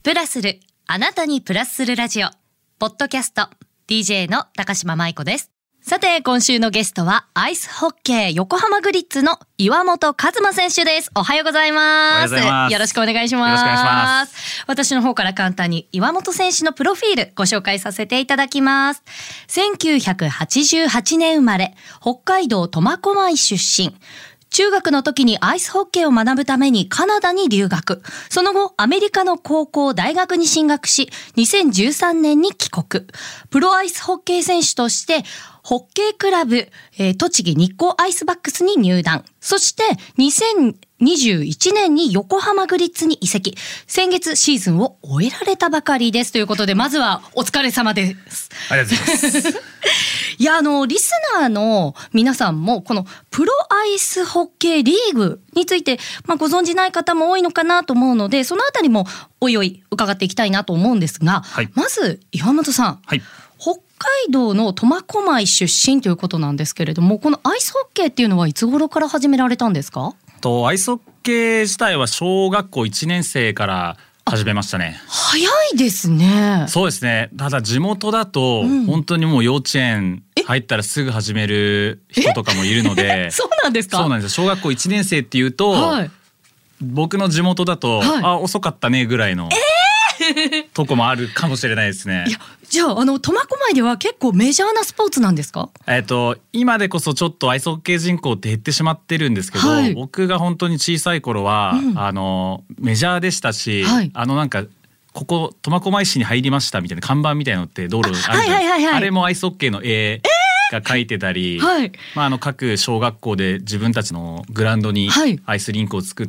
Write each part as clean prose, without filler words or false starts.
プラスる、あなたにプラスするラジオポッドキャスト DJ の高島舞子です。さて今週のゲストはアイスホッケー横浜グリッツの岩本和真選手です。おはようございます。よろしくお願いします。 よろしくお願いします。 私の方から簡単に岩本選手のプロフィールご紹介させていただきます。1988年生まれ、北海道苫小牧出身。中学の時にアイスホッケーを学ぶためにカナダに留学。その後、アメリカの高校、大学に進学し、2013年に帰国。プロアイスホッケー選手として、ホッケークラブ、栃木日光アイスバックスに入団。そして、2021年に横浜グリッツに移籍。先月シーズンを終えられたばかりです。ということで、まずはお疲れ様です。 ありがとうございます。 いや、リスナーの皆さんもこのプロアイスホッケーリーグについて、ご存じない方も多いのかなと思うので、そのあたりもおいおい伺っていきたいなと思うんですが、はい、まず岩本さん、はい、北海道の苫小牧出身ということなんですけれども、このアイスホッケーっていうのはいつ頃から始められたんですか？ アイスホッケー自体は小学校1年生から始めましたね。 早いですね。 そうですね。ただ地元だと本当にもう幼稚園入ったらすぐ始める人とかもいるのでそうなんですか？ そうなんですよ。小学校1年生っていうと、はい、僕の地元だと、はい、遅かったねぐらいの、とこもあるかもしれないですね。 いや、じゃあ苫小牧では結構メジャーなスポーツなんですか？ 今でこそちょっとアイスホッケー人口って減ってしまってるんですけど、はい、僕が本当に小さい頃は、メジャーでしたし、はい、なんかここ苫小牧市に入りましたみたいな看板みたいなのって道路あるじゃないですか。あれもアイスホッケーの絵が描いてたり、はい、各小学校で自分たちのグラウンドにアイスリンクを作って、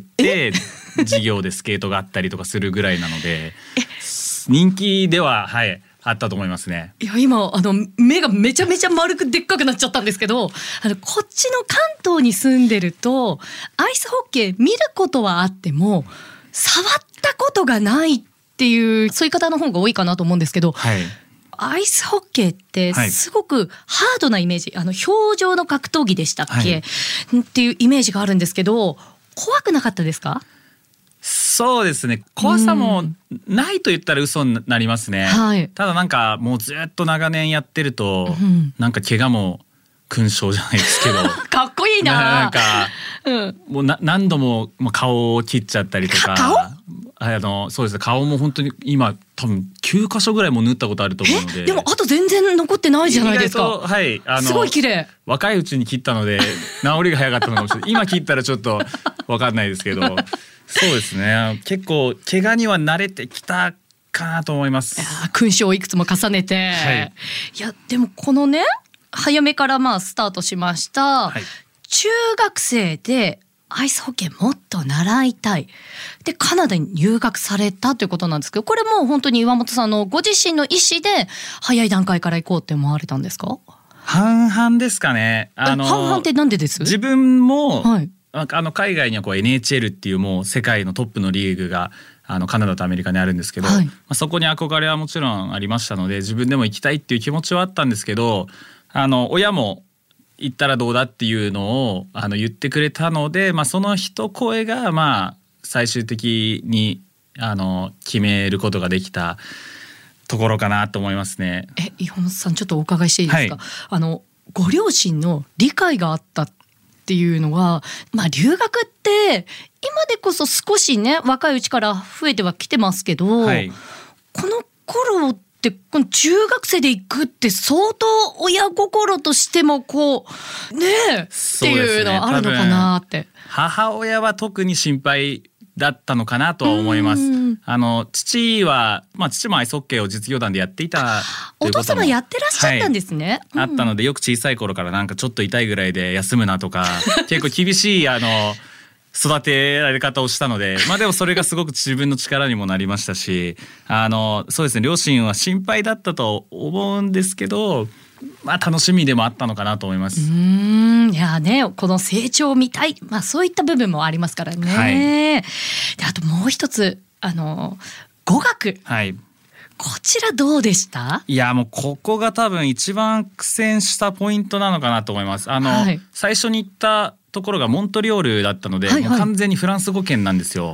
授業でスケートがあったりとかするぐらいなので人気では、はい、あったと思いますね。 いや、今目がめちゃめちゃ丸くでっかくなっちゃったんですけど、こっちの関東に住んでるとアイスホッケー見ることはあっても触ったことがないっていう、そういう方の方が多いかなと思うんですけど、はい、アイスホッケーってすごくハードなイメージ、氷上の格闘技でしたっけ、はい、っていうイメージがあるんですけど、怖くなかったですか？ そうですね。怖さもないと言ったら嘘になりますね。はい、ただなんかもうずっと長年やってると、なんか怪我も勲章じゃないですけどかっこいいな。 なんか、もう何度も顔を切っちゃったりとか。そうですね。顔も本当に今多分9箇所ぐらいも縫ったことあると思うので。 でもあと全然残ってないじゃないですか。 はい、 すごい綺麗。 若いうちに切ったので治りが早かったのかもしれない。今切ったらちょっと分かんないですけどそうですね。結構怪我には慣れてきたかなと思います。 勲章をいくつも重ねて、はい、いやでもこのね、早めからスタートしました、はい、中学生でアイスホッケーもっと習いたいでカナダに入学されたということなんですけど、これも本当に岩本さんのご自身の意思で早い段階から行こうって思われたんですか？ 半々ですかね。 半々ってなんでです？ 自分も、はい、海外にはNHL っていうもう世界のトップのリーグがカナダとアメリカにあるんですけど、はい、そこに憧れはもちろんありましたので、自分でも行きたいっていう気持ちはあったんですけど、親も行ったらどうだっていうのを言ってくれたので、その一声が最終的に決めることができたところかなと思いますね。 岩本さん、ちょっとお伺いしていいですか？はい、ご両親の理解があったっていうのは、留学って今でこそ少しね、若いうちから増えてはきてますけど、はい、この頃ってこの中学生で行くって相当親心としてもっていうのはあるのかなって。 母親は特に心配だったのかなとは思います。父は、父もアイスホッケーを実業団でやっていたということも、 お父様やってらっしゃったんですね。 はい、あったので、よく小さい頃からなんかちょっと痛いぐらいで休むなとか結構厳しい育てられ方をしたので、でもそれがすごく自分の力にもなりましたし、そうですね、両親は心配だったと思うんですけど、楽しみでもあったのかなと思います。 いやね、この成長を見たい、そういった部分もありますからね。はい、であともう一つ語学、はい、こちらどうでした？ いや、もうここが多分一番苦戦したポイントなのかなと思います。はい、最初に行ったところがモントリオールだったので、もう完全にフランス語圏なんですよ。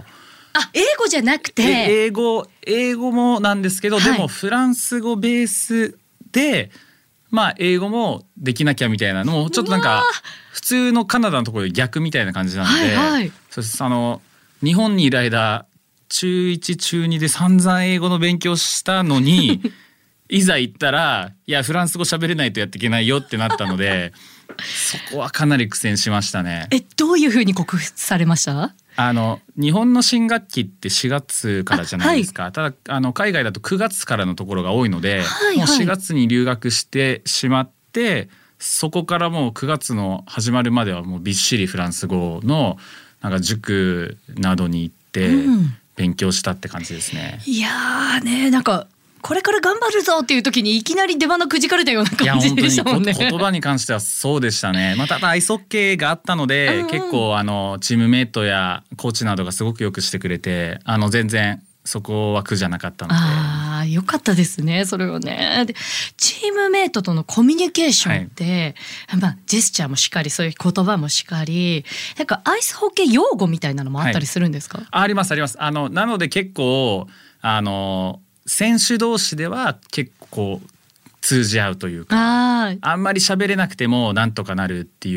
英語じゃなくて英語もなんですけど、でもフランス語ベースで英語もできなきゃみたいなのもちょっとなんか普通のカナダのところで逆みたいな感じなので、日本にいる間中1中2で散々英語の勉強したのにいざ行ったらいやフランス語喋れないとやっていけないよってなったのでそこはかなり苦戦しましたね。 どういうふうに克服されました？ 日本の新学期って4月からじゃないですか。ただ海外だと9月からのところが多いので、もう4月に留学してしまって、そこからもう9月の始まるまではもうびっしりフランス語のなんか塾などに行って勉強したって感じですね。 いやーね、なんかこれから頑張るぞっていう時にいきなり出花くじかれたような感じでしたもんね。 言葉に関してはそうでしたね。ただアイスホッケーがあったので、結構チームメイトやコーチなどがすごくよくしてくれて、全然そこは苦じゃなかったので。 よかったですね、それをね。でチームメイトとのコミュニケーションって、ジェスチャーもしっかりそういう言葉もしっかり、なんかアイスホッケー用語みたいなのもあったりするんですか？ ありますあります。なので結構選手同士では結構通じ合うというか、あんまり喋れなくてもなんとかなるっていう、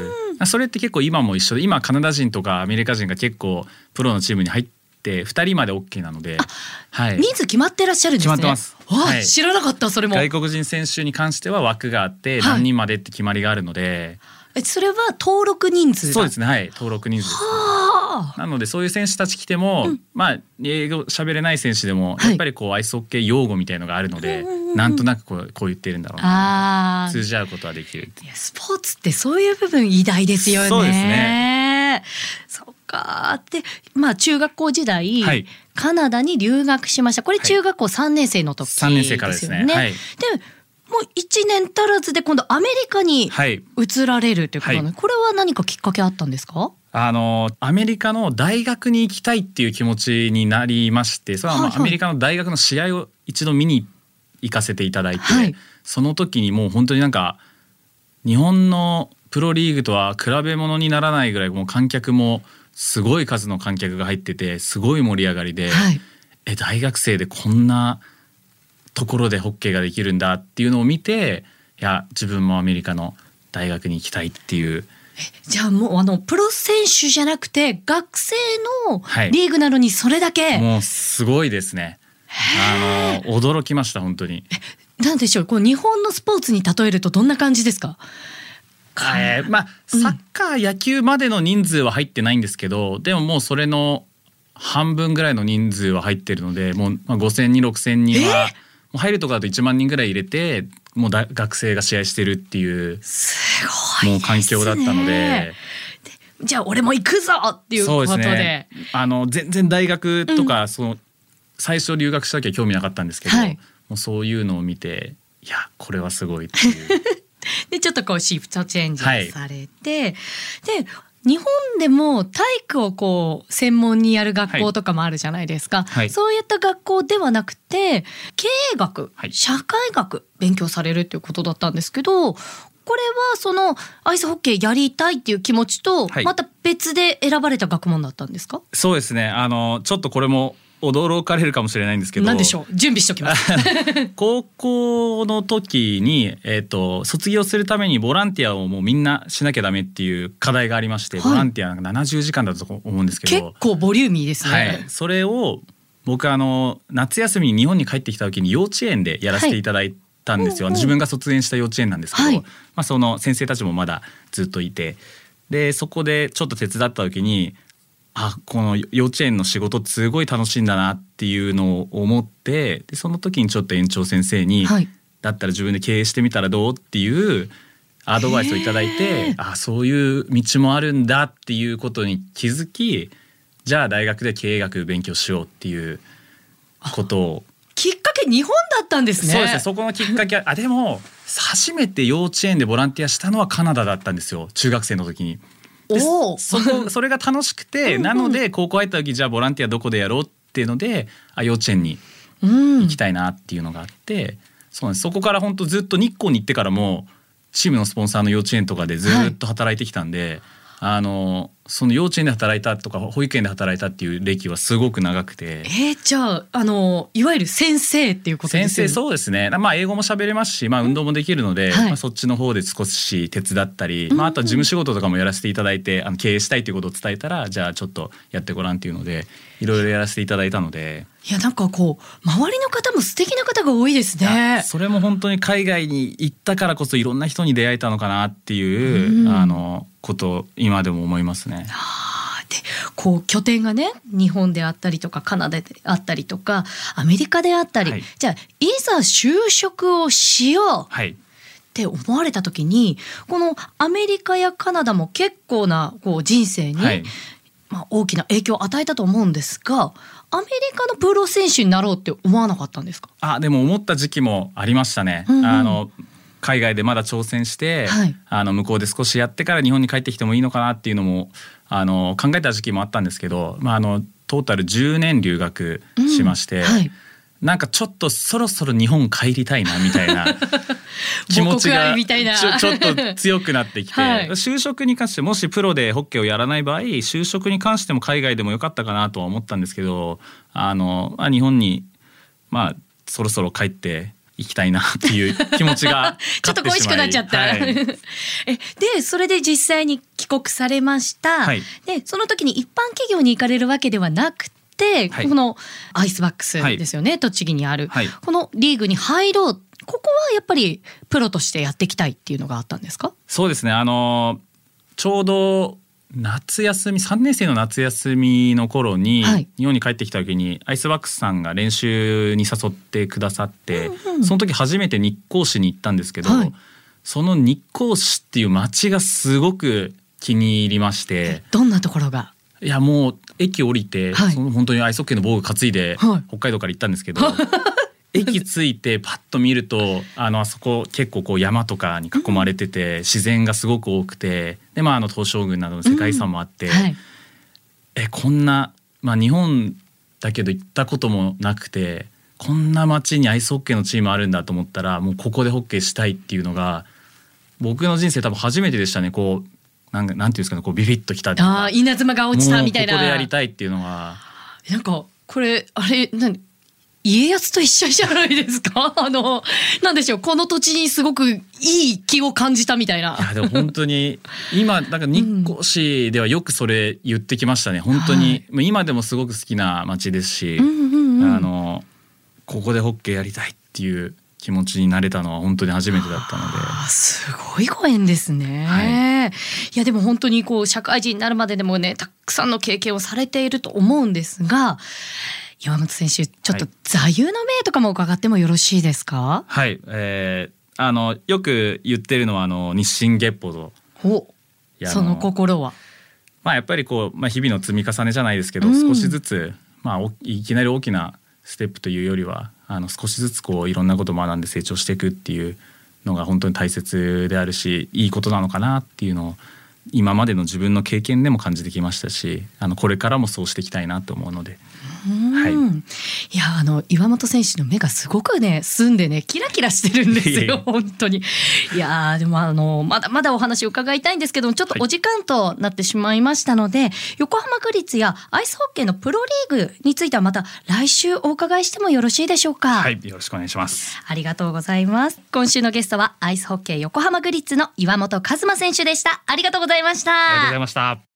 それって結構今も一緒で、今カナダ人とかアメリカ人が結構プロのチームに入って2人まで OK なので、 人数決まってらっしゃるんですね。 決まってます。 知らなかった。それも外国人選手に関しては枠があって何人までって決まりがあるので、 それは登録人数？ そうですね、登録人数です。なのでそういう選手たち来ても、英語喋れない選手でもやっぱりアイスホッケー用語みたいのがあるので、なんとなくこう言ってるんだろうな、通じ合うことはできる。 いや、スポーツってそういう部分偉大ですよね。 そうですね。 そっか。で、中学校時代、カナダに留学しました。これ中学校3年生の時ですよね。 3年生からですね。でもう1年足らずで今度アメリカに移られるということで、これは何かきっかけあったんですか？ アメリカの大学に行きたいっていう気持ちになりまして、それはアメリカの大学の試合を一度見に行かせていただいて、その時にもう本当になんか日本のプロリーグとは比べ物にならないぐらい、もう観客もすごい数の観客が入っててすごい盛り上がりで、大学生でこんなところでホッケーができるんだっていうのを見て、いや自分もアメリカの大学に行きたいっていう。 じゃあもうプロ選手じゃなくて学生のリーグなのにそれだけ、 もうすごいですね。驚きました本当に。 なんでしょう、日本のスポーツに例えるとどんな感じですか？ サッカー野球までの人数は入ってないんですけど、でももうそれの半分ぐらいの人数は入ってるので、もう5,000人6,000人はもう入るところだと1万人ぐらい入れて、もう学生が試合してるっていうすごい、 もう環境だったので、 じゃあ俺も行くぞっていうことで。そうですね、 全然大学とか、最初留学した時は興味なかったんですけど、もうそういうのを見て、いやこれはすごいっていうでちょっとシフトチェンジされて、で日本でも体育を専門にやる学校とかもあるじゃないですか、そういった学校ではなくて経営学、社会学勉強されるっていうことだったんですけど、これはアイスホッケーやりたいっていう気持ちとまた別で選ばれた学問だったんですか？ そうですね、ちょっとこれも驚かれるかもしれないんですけど、 何でしょう、準備しておきます高校の時に、卒業するためにボランティアをもうみんなしなきゃダメっていう課題がありまして、ボランティア70時間だったと思うんですけど、 結構ボリューミーですね。 それを僕夏休みに日本に帰ってきた時に幼稚園でやらせていただいたんですよ。自分が卒園した幼稚園なんですけど、その先生たちもまだずっといて、でそこでちょっと手伝った時に、この幼稚園の仕事ってすごい楽しいんだなっていうのを思って、でその時にちょっと園長先生に、だったら自分で経営してみたらどうっていうアドバイスをいただいて、そういう道もあるんだっていうことに気づき、じゃあ大学で経営学勉強しようっていうことを。 きっかけ日本だったんですね。 そうですね、そこのきっかけでも初めて幼稚園でボランティアしたのはカナダだったんですよ、中学生の時に。それが楽しくてなので高校入った時、じゃあボランティアどこでやろうっていうので、幼稚園に行きたいなっていうのがあって、そうなんです。そこから本当ずっと日光に行ってからもチームのスポンサーの幼稚園とかでずっと働いてきたんで、 その幼稚園で働いたとか保育園で働いたっていう歴はすごく長くて、 じゃあいわゆる先生っていうことですよね。 先生、そうですね。英語も喋れますし、運動もできるので、そっちの方で少し手伝ったり、あとは事務仕事とかもやらせていただいて、経営したいということを伝えたら、じゃあちょっとやってごらんっていうのでいろいろやらせていただいたので。 いや、なんかこう周りの方も素敵な方が多いですね。 それも本当に海外に行ったからこそいろんな人に出会えたのかなっていう、ことを今でも思いますね。 でこう拠点がね、日本であったりとかカナダであったりとかアメリカであったり、じゃあいざ就職をしようって思われた時に、このアメリカやカナダも結構なこう人生に、大きな影響を与えたと思うんですが、アメリカのプロ選手になろうって思わなかったんですか？ でも思った時期もありましたね。海外でまだ挑戦して、向こうで少しやってから日本に帰ってきてもいいのかなっていうのも考えた時期もあったんですけど、トータル10年留学しまして、なんかちょっとそろそろ日本帰りたいなみたいな気持ちがちょっと強くなってきて、就職に関してもしプロでホッケーをやらない場合、就職に関しても海外でもよかったかなとは思ったんですけど、日本にそろそろ帰って行きたいなっていう気持ちがちょっと恋しくなっちゃった、でそれで実際に帰国されました、でその時に一般企業に行かれるわけではなくて、このアイスバックスですよね、栃木にある、このリーグに入ろう、ここはやっぱりプロとしてやっていきたいっていうのがあったんですか？ そうですね、ちょうど夏休み、3年生の夏休みの頃に、日本に帰ってきた時にアイスバックスさんが練習に誘ってくださって、その時初めて日光市に行ったんですけど、その日光市っていう街がすごく気に入りまして。 どんなところが？ いや、もう駅降りて、その本当にアイスホッケーの防具担いで、北海道から行ったんですけど駅着いてパッと見るとあそこ結構こう山とかに囲まれてて、自然がすごく多くて、で東照宮などの世界遺産もあって、こんな、日本だけど行ったこともなくて、こんな街にアイスホッケーのチームあるんだと思ったら、もうここでホッケーしたいっていうのが僕の人生多分初めてでしたね。こうなんていうんですかね、こうビビッときたっていうか、 稲妻が落ちたみたいな、 もうここでやりたいっていうのが、 なんかこれ家康と一緒じゃないですかなんでしょう、この土地にすごくいい気を感じたみたいな。 いやでも本当に今なんか日光市ではよくそれ言ってきましたね、本当に、今でもすごく好きな街ですし、ここでホッケーやりたいっていう気持ちになれたのは本当に初めてだったので。 すごいご縁ですね、いやでも本当にこう社会人になるまででもね、たくさんの経験をされていると思うんですが、岩本選手、ちょっと座右の銘とかも伺ってもよろしいですか？よく言ってるのは日進月歩と。その心は？ やっぱりこう、日々の積み重ねじゃないですけど、少しずつ、いきなり大きなステップというよりは少しずつこういろんなことを学んで成長していくっていうのが本当に大切であるし、いいことなのかなっていうのを今までの自分の経験でも感じてきましたし、これからもそうしていきたいなと思うので。 いや岩本選手の目がすごくね澄んでね、キラキラしてるんですよ本当に。いやでもまだまだお話を伺いたいんですけども、ちょっとお時間となってしまいましたので、横浜区立やアイスホッケーのプロリーグについてはまた来週お伺いしてもよろしいでしょうか？ よろしくお願いします。 ありがとうございます。今週のゲストはアイスホッケー横浜区立の岩本和真選手でした。ありがとうございました。 ありがとうございました。